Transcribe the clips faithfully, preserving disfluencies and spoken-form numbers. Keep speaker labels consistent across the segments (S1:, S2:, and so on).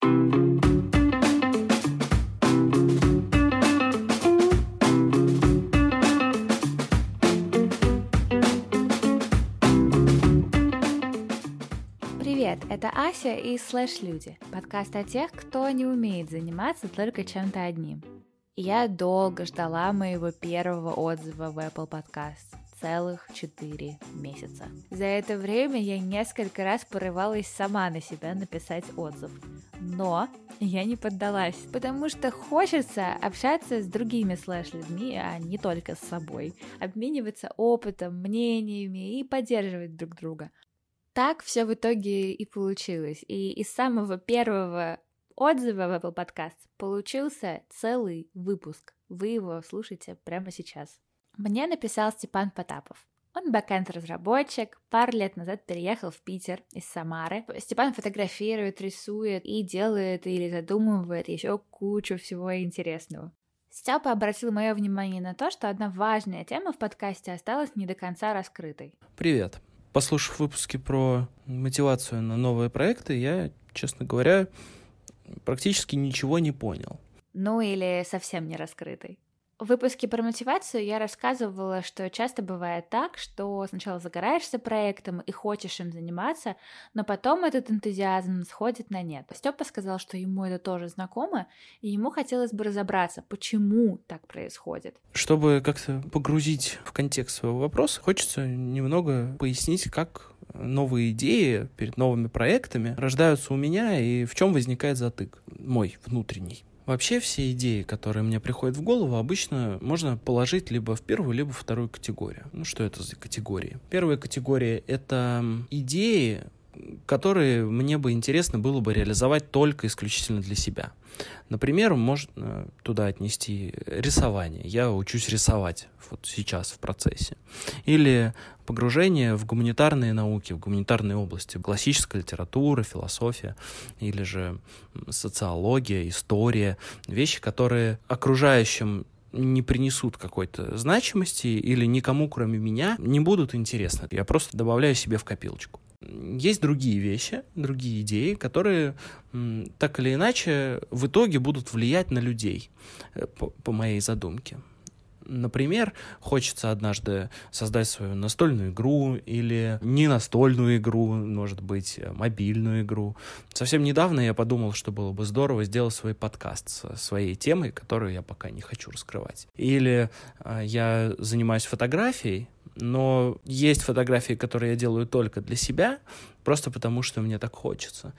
S1: Привет, это Ася и Слэш Люди, подкаст о тех, кто не умеет заниматься только чем-то одним. Я долго ждала моего первого отзыва в Apple Podcast. Целых четыре месяца. За это время я несколько раз порывалась сама на себя написать отзыв. Но я не поддалась, потому что хочется общаться с другими слэш-людьми, а не только с собой. Обмениваться опытом, мнениями и поддерживать друг друга. Так все в итоге и получилось. И из самого первого отзыва в Apple Podcast получился целый выпуск. Вы его слушаете прямо сейчас. Мне написал Степан Потапов. Он бэкэнд-разработчик, пару лет назад переехал в Питер из Самары. Степан фотографирует, рисует и делает или задумывает еще кучу всего интересного. Степа обратил мое внимание на то, что одна важная тема в подкасте осталась не до конца раскрытой.
S2: Привет. Послушав выпуски про мотивацию на новые проекты, я, честно говоря, практически ничего не понял.
S1: Ну или совсем не раскрытой. В выпуске про мотивацию я рассказывала, что часто бывает так, что сначала загораешься проектом и хочешь им заниматься, но потом этот энтузиазм сходит на нет. Степа сказал, что ему это тоже знакомо, и ему хотелось бы разобраться, почему так происходит.
S2: Чтобы как-то погрузить в контекст своего вопроса, хочется немного пояснить, как новые идеи перед новыми проектами рождаются у меня и в чем возникает затык мой внутренний. Вообще все идеи, которые мне приходят в голову, обычно можно положить либо в первую, либо в вторую категорию. Ну, что это за категории? Первая категория — это идеи, которые мне бы интересно было бы реализовать только исключительно для себя. Например, можно туда отнести рисование. Я учусь рисовать вот сейчас в процессе. Или погружение в гуманитарные науки, в гуманитарные области. Классическая литература, философия, или же социология, история. Вещи, которые окружающим не принесут какой-то значимости или никому, кроме меня, не будут интересны. Я просто добавляю себе в копилочку. Есть другие вещи, другие идеи, которые м, так или иначе в итоге будут влиять на людей, по, по моей задумке. Например, хочется однажды создать свою настольную игру или не настольную игру, может быть, мобильную игру. Совсем недавно я подумал, что было бы здорово сделать свой подкаст со своей темой, которую я пока не хочу раскрывать. Или э, я занимаюсь фотографией, но есть фотографии, которые я делаю только для себя, просто потому что мне так хочется.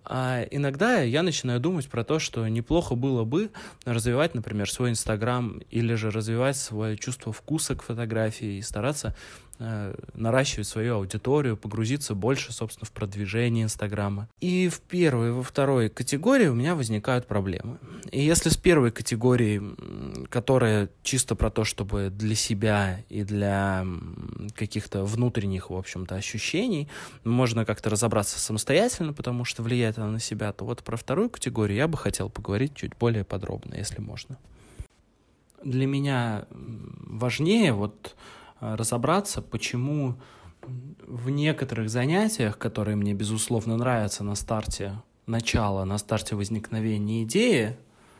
S2: А иногда я начинаю думать про то, что неплохо было бы развивать, например, свой Инстаграм или же развивать свое чувство вкуса к фотографии и стараться э, наращивать свою аудиторию, погрузиться больше, собственно, в продвижение Инстаграма. И в первой и во второй категории у меня возникают проблемы. И если с первой категорией, которая чисто про то, чтобы для себя и для каких-то внутренних, в общем-то, ощущений, можно как-то разобраться самостоятельно, потому что влияет она на себя, то вот про вторую категорию я бы хотел поговорить чуть более подробно, если можно. Для меня важнее вот разобраться, почему в некоторых занятиях, которые мне, безусловно, нравятся на старте начала, на старте возникновения идеи,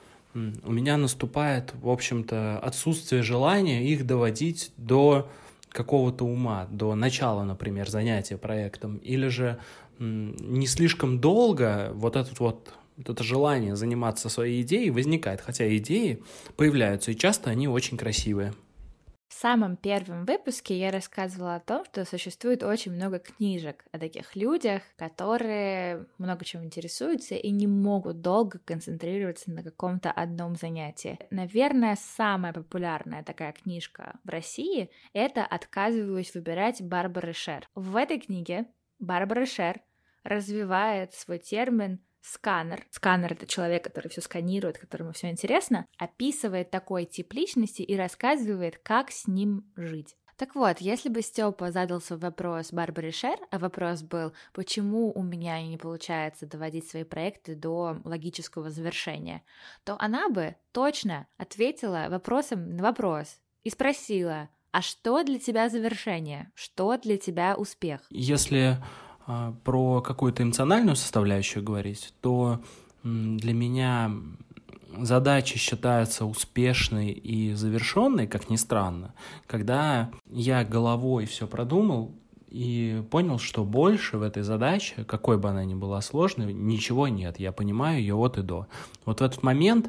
S2: у меня наступает, в общем-то, отсутствие желания их доводить до какого-то ума, до начала, например, занятия проектом, или же м, не слишком долго вот, этот вот, вот это желание заниматься своей идеей возникает, хотя идеи появляются, и часто они очень красивые.
S1: В самом первом выпуске я рассказывала о том, что существует очень много книжек о таких людях, которые много чем интересуются и не могут долго концентрироваться на каком-то одном занятии. Наверное, самая популярная такая книжка в России — это «Отказываюсь выбирать» Барбары Шер. В этой книге Барбара Шер развивает свой термин сканер. Сканер — это человек, который все сканирует, которому все интересно, описывает такой тип личности и рассказывает, как с ним жить. Так вот, если бы Степа задался вопрос Барбаре Шер, а вопрос был, почему у меня не получается доводить свои проекты до логического завершения, то она бы точно ответила вопросом на вопрос и спросила, а что для тебя завершение? Что для тебя успех?
S2: Если э, про какую-то эмоциональную составляющую говорить, то для меня задача считается успешной и завершенной, как ни странно, когда я головой все продумал и понял, что больше в этой задаче, какой бы она ни была сложной, ничего нет. Я понимаю ее от и до. Вот в этот момент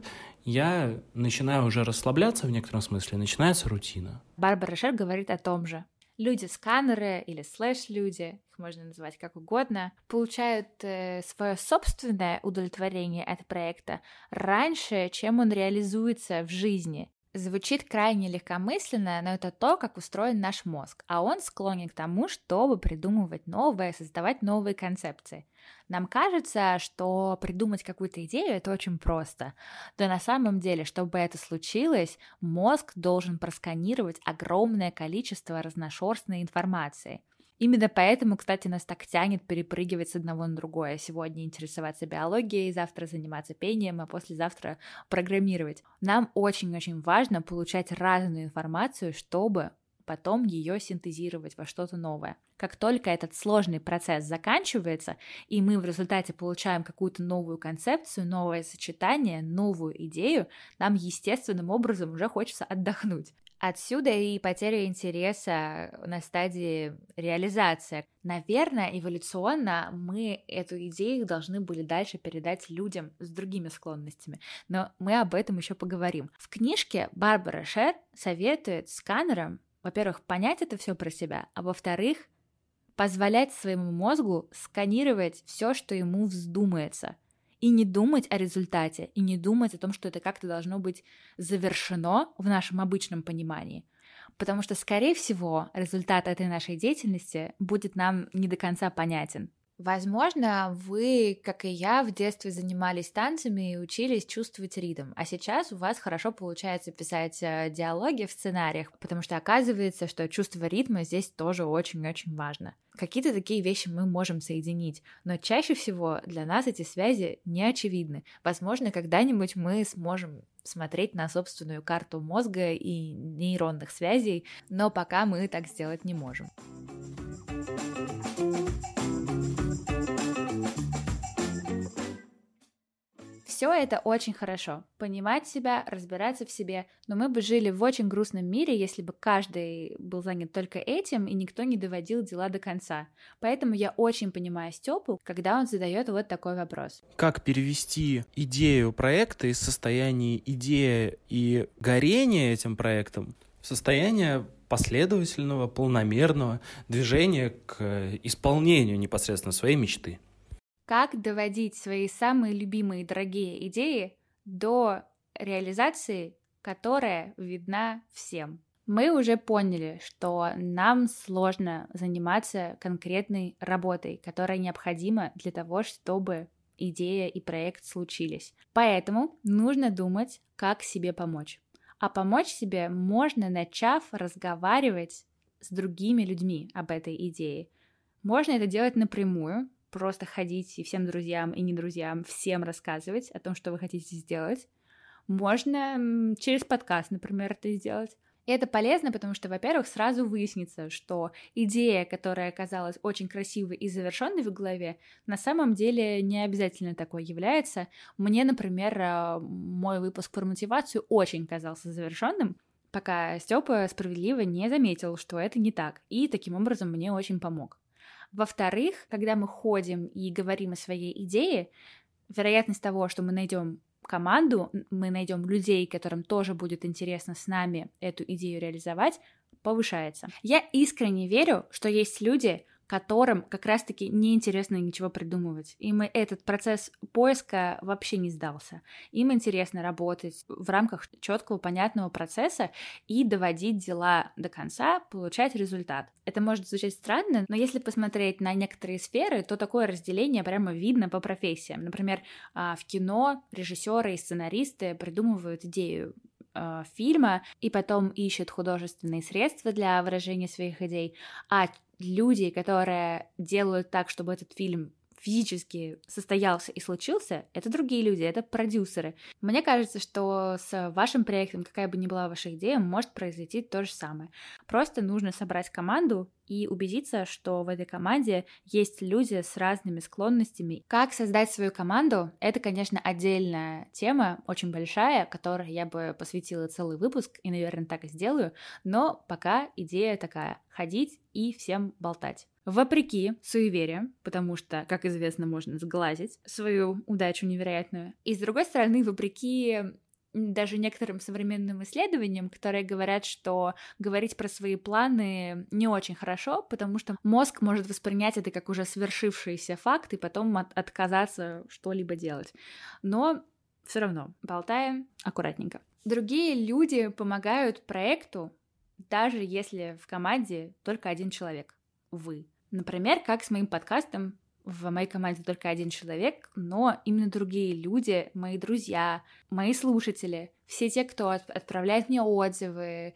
S2: я начинаю уже расслабляться в некотором смысле, начинается рутина.
S1: Барбара Шер говорит о том же. Люди-сканеры или слэш-люди, их можно называть как угодно, получают э, свое собственное удовлетворение от проекта раньше, чем он реализуется в жизни. Звучит крайне легкомысленно, но это то, как устроен наш мозг, а он склонен к тому, чтобы придумывать новое, создавать новые концепции. Нам кажется, что придумать какую-то идею — это очень просто, но на самом деле, чтобы это случилось, мозг должен просканировать огромное количество разношерстной информации. Именно поэтому, кстати, нас так тянет перепрыгивать с одного на другое. Сегодня интересоваться биологией, завтра заниматься пением, а послезавтра программировать. Нам очень-очень важно получать разную информацию, чтобы потом ее синтезировать во что-то новое. Как только этот сложный процесс заканчивается, и мы в результате получаем какую-то новую концепцию, новое сочетание, новую идею, нам естественным образом уже хочется отдохнуть. Отсюда и потеря интереса на стадии реализации. Наверное, эволюционно мы эту идею должны были дальше передать людям с другими склонностями, но мы об этом еще поговорим. В книжке Барбара Шер советует сканерам, во-первых, понять это все про себя, а во-вторых, позволять своему мозгу сканировать все, что ему вздумается, и не думать о результате, и не думать о том, что это как-то должно быть завершено в нашем обычном понимании. Потому что, скорее всего, результат этой нашей деятельности будет нам не до конца понятен. Возможно, вы, как и я, в детстве занимались танцами и учились чувствовать ритм, а сейчас у вас хорошо получается писать диалоги в сценариях, потому что оказывается, что чувство ритма здесь тоже очень-очень важно. Какие-то такие вещи мы можем соединить, но чаще всего для нас эти связи не очевидны. Возможно, когда-нибудь мы сможем смотреть на собственную карту мозга и нейронных связей, но пока мы так сделать не можем. Все это очень хорошо. Понимать себя, разбираться в себе, но мы бы жили в очень грустном мире, если бы каждый был занят только этим, и никто не доводил дела до конца. Поэтому я очень понимаю Стёпу, когда он задает вот такой вопрос.
S2: Как перевести идею проекта из состояния идеи и горения этим проектом в состояние последовательного, полномерного движения к исполнению непосредственно своей мечты?
S1: Как доводить свои самые любимые и дорогие идеи до реализации, которая видна всем? Мы уже поняли, что нам сложно заниматься конкретной работой, которая необходима для того, чтобы идея и проект случились. Поэтому нужно думать, как себе помочь. А помочь себе можно, начав разговаривать с другими людьми об этой идее. Можно это делать напрямую, просто ходить и всем друзьям и не друзьям всем рассказывать о том, что вы хотите сделать. Можно через подкаст, например, это сделать. И это полезно, потому что, во-первых, сразу выяснится, что идея, которая оказалась очень красивой и завершенной в голове, на самом деле не обязательно такой является. Мне, например, мой выпуск про мотивацию очень казался завершенным, пока Степа справедливо не заметил, что это не так, и таким образом мне очень помог. Во-вторых, когда мы ходим и говорим о своей идее, вероятность того, что мы найдем команду, мы найдем людей, которым тоже будет интересно с нами эту идею реализовать, повышается. Я искренне верю, что есть люди, которым как раз-таки неинтересно ничего придумывать. Им этот процесс поиска вообще не сдался. Им интересно работать в рамках четкого, понятного процесса и доводить дела до конца, получать результат. Это может звучать странно, но если посмотреть на некоторые сферы, то такое разделение прямо видно по профессиям. Например, в кино режиссеры и сценаристы придумывают идею фильма и потом ищут художественные средства для выражения своих идей, а люди, которые делают так, чтобы этот фильм физически состоялся и случился, это другие люди, это продюсеры. Мне кажется, что с вашим проектом, какая бы ни была ваша идея, может произойти то же самое. Просто нужно собрать команду и убедиться, что в этой команде есть люди с разными склонностями. Как создать свою команду? Это, конечно, отдельная тема, очень большая, которой я бы посвятила целый выпуск, и, наверное, так и сделаю, но пока идея такая — ходить и всем болтать. Вопреки суевериям, потому что, как известно, можно сглазить свою удачу невероятную. И, с другой стороны, вопреки даже некоторым современным исследованиям, которые говорят, что говорить про свои планы не очень хорошо, потому что мозг может воспринять это как уже свершившийся факт и потом от- отказаться что-либо делать. Но все равно болтаем аккуратненько. Другие люди помогают проекту, даже если в команде только один человек — вы. Например, как с моим подкастом. В моей команде только один человек, но именно другие люди, мои друзья, мои слушатели, все те, кто отправляет мне отзывы,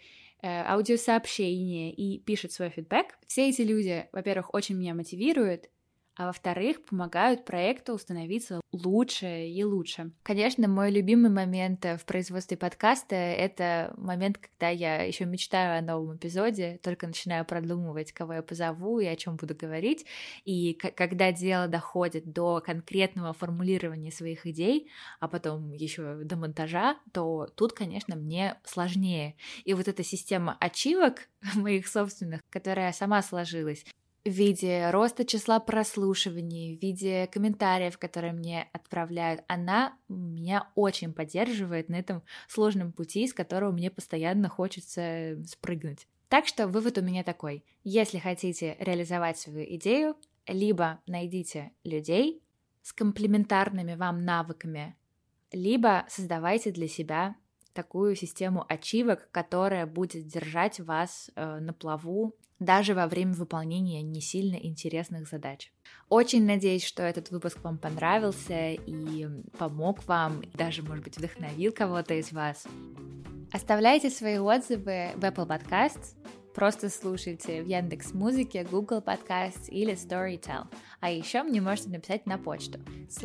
S1: аудиосообщения и пишет свой фидбэк, все эти люди, во-первых, очень меня мотивируют, а во-вторых, помогают проекту становиться лучше и лучше. Конечно, мой любимый момент в производстве подкаста — это момент, когда я еще мечтаю о новом эпизоде, только начинаю продумывать, кого я позову и о чем буду говорить, и к- когда дело доходит до конкретного формулирования своих идей, а потом еще до монтажа, то тут, конечно, мне сложнее. И вот эта система ачивок моих собственных, которая сама сложилась, в виде роста числа прослушиваний, в виде комментариев, которые мне отправляют, она меня очень поддерживает на этом сложном пути, с которого мне постоянно хочется спрыгнуть. Так что вывод у меня такой: если хотите реализовать свою идею, либо найдите людей с комплементарными вам навыками, либо создавайте для себя такую систему ачивок, которая будет держать вас э, на плаву даже во время выполнения не сильно интересных задач. Очень надеюсь, что этот выпуск вам понравился и помог вам, и даже, может быть, вдохновил кого-то из вас. Оставляйте свои отзывы в Apple Podcasts, просто слушайте в Яндекс.Музыке, Google Podcasts или Storytel. А еще мне можете написать на почту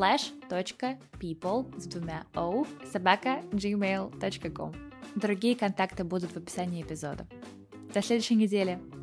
S1: slash.people с двумя o собака gmail точка com. Другие контакты будут в описании эпизода. До следующей недели!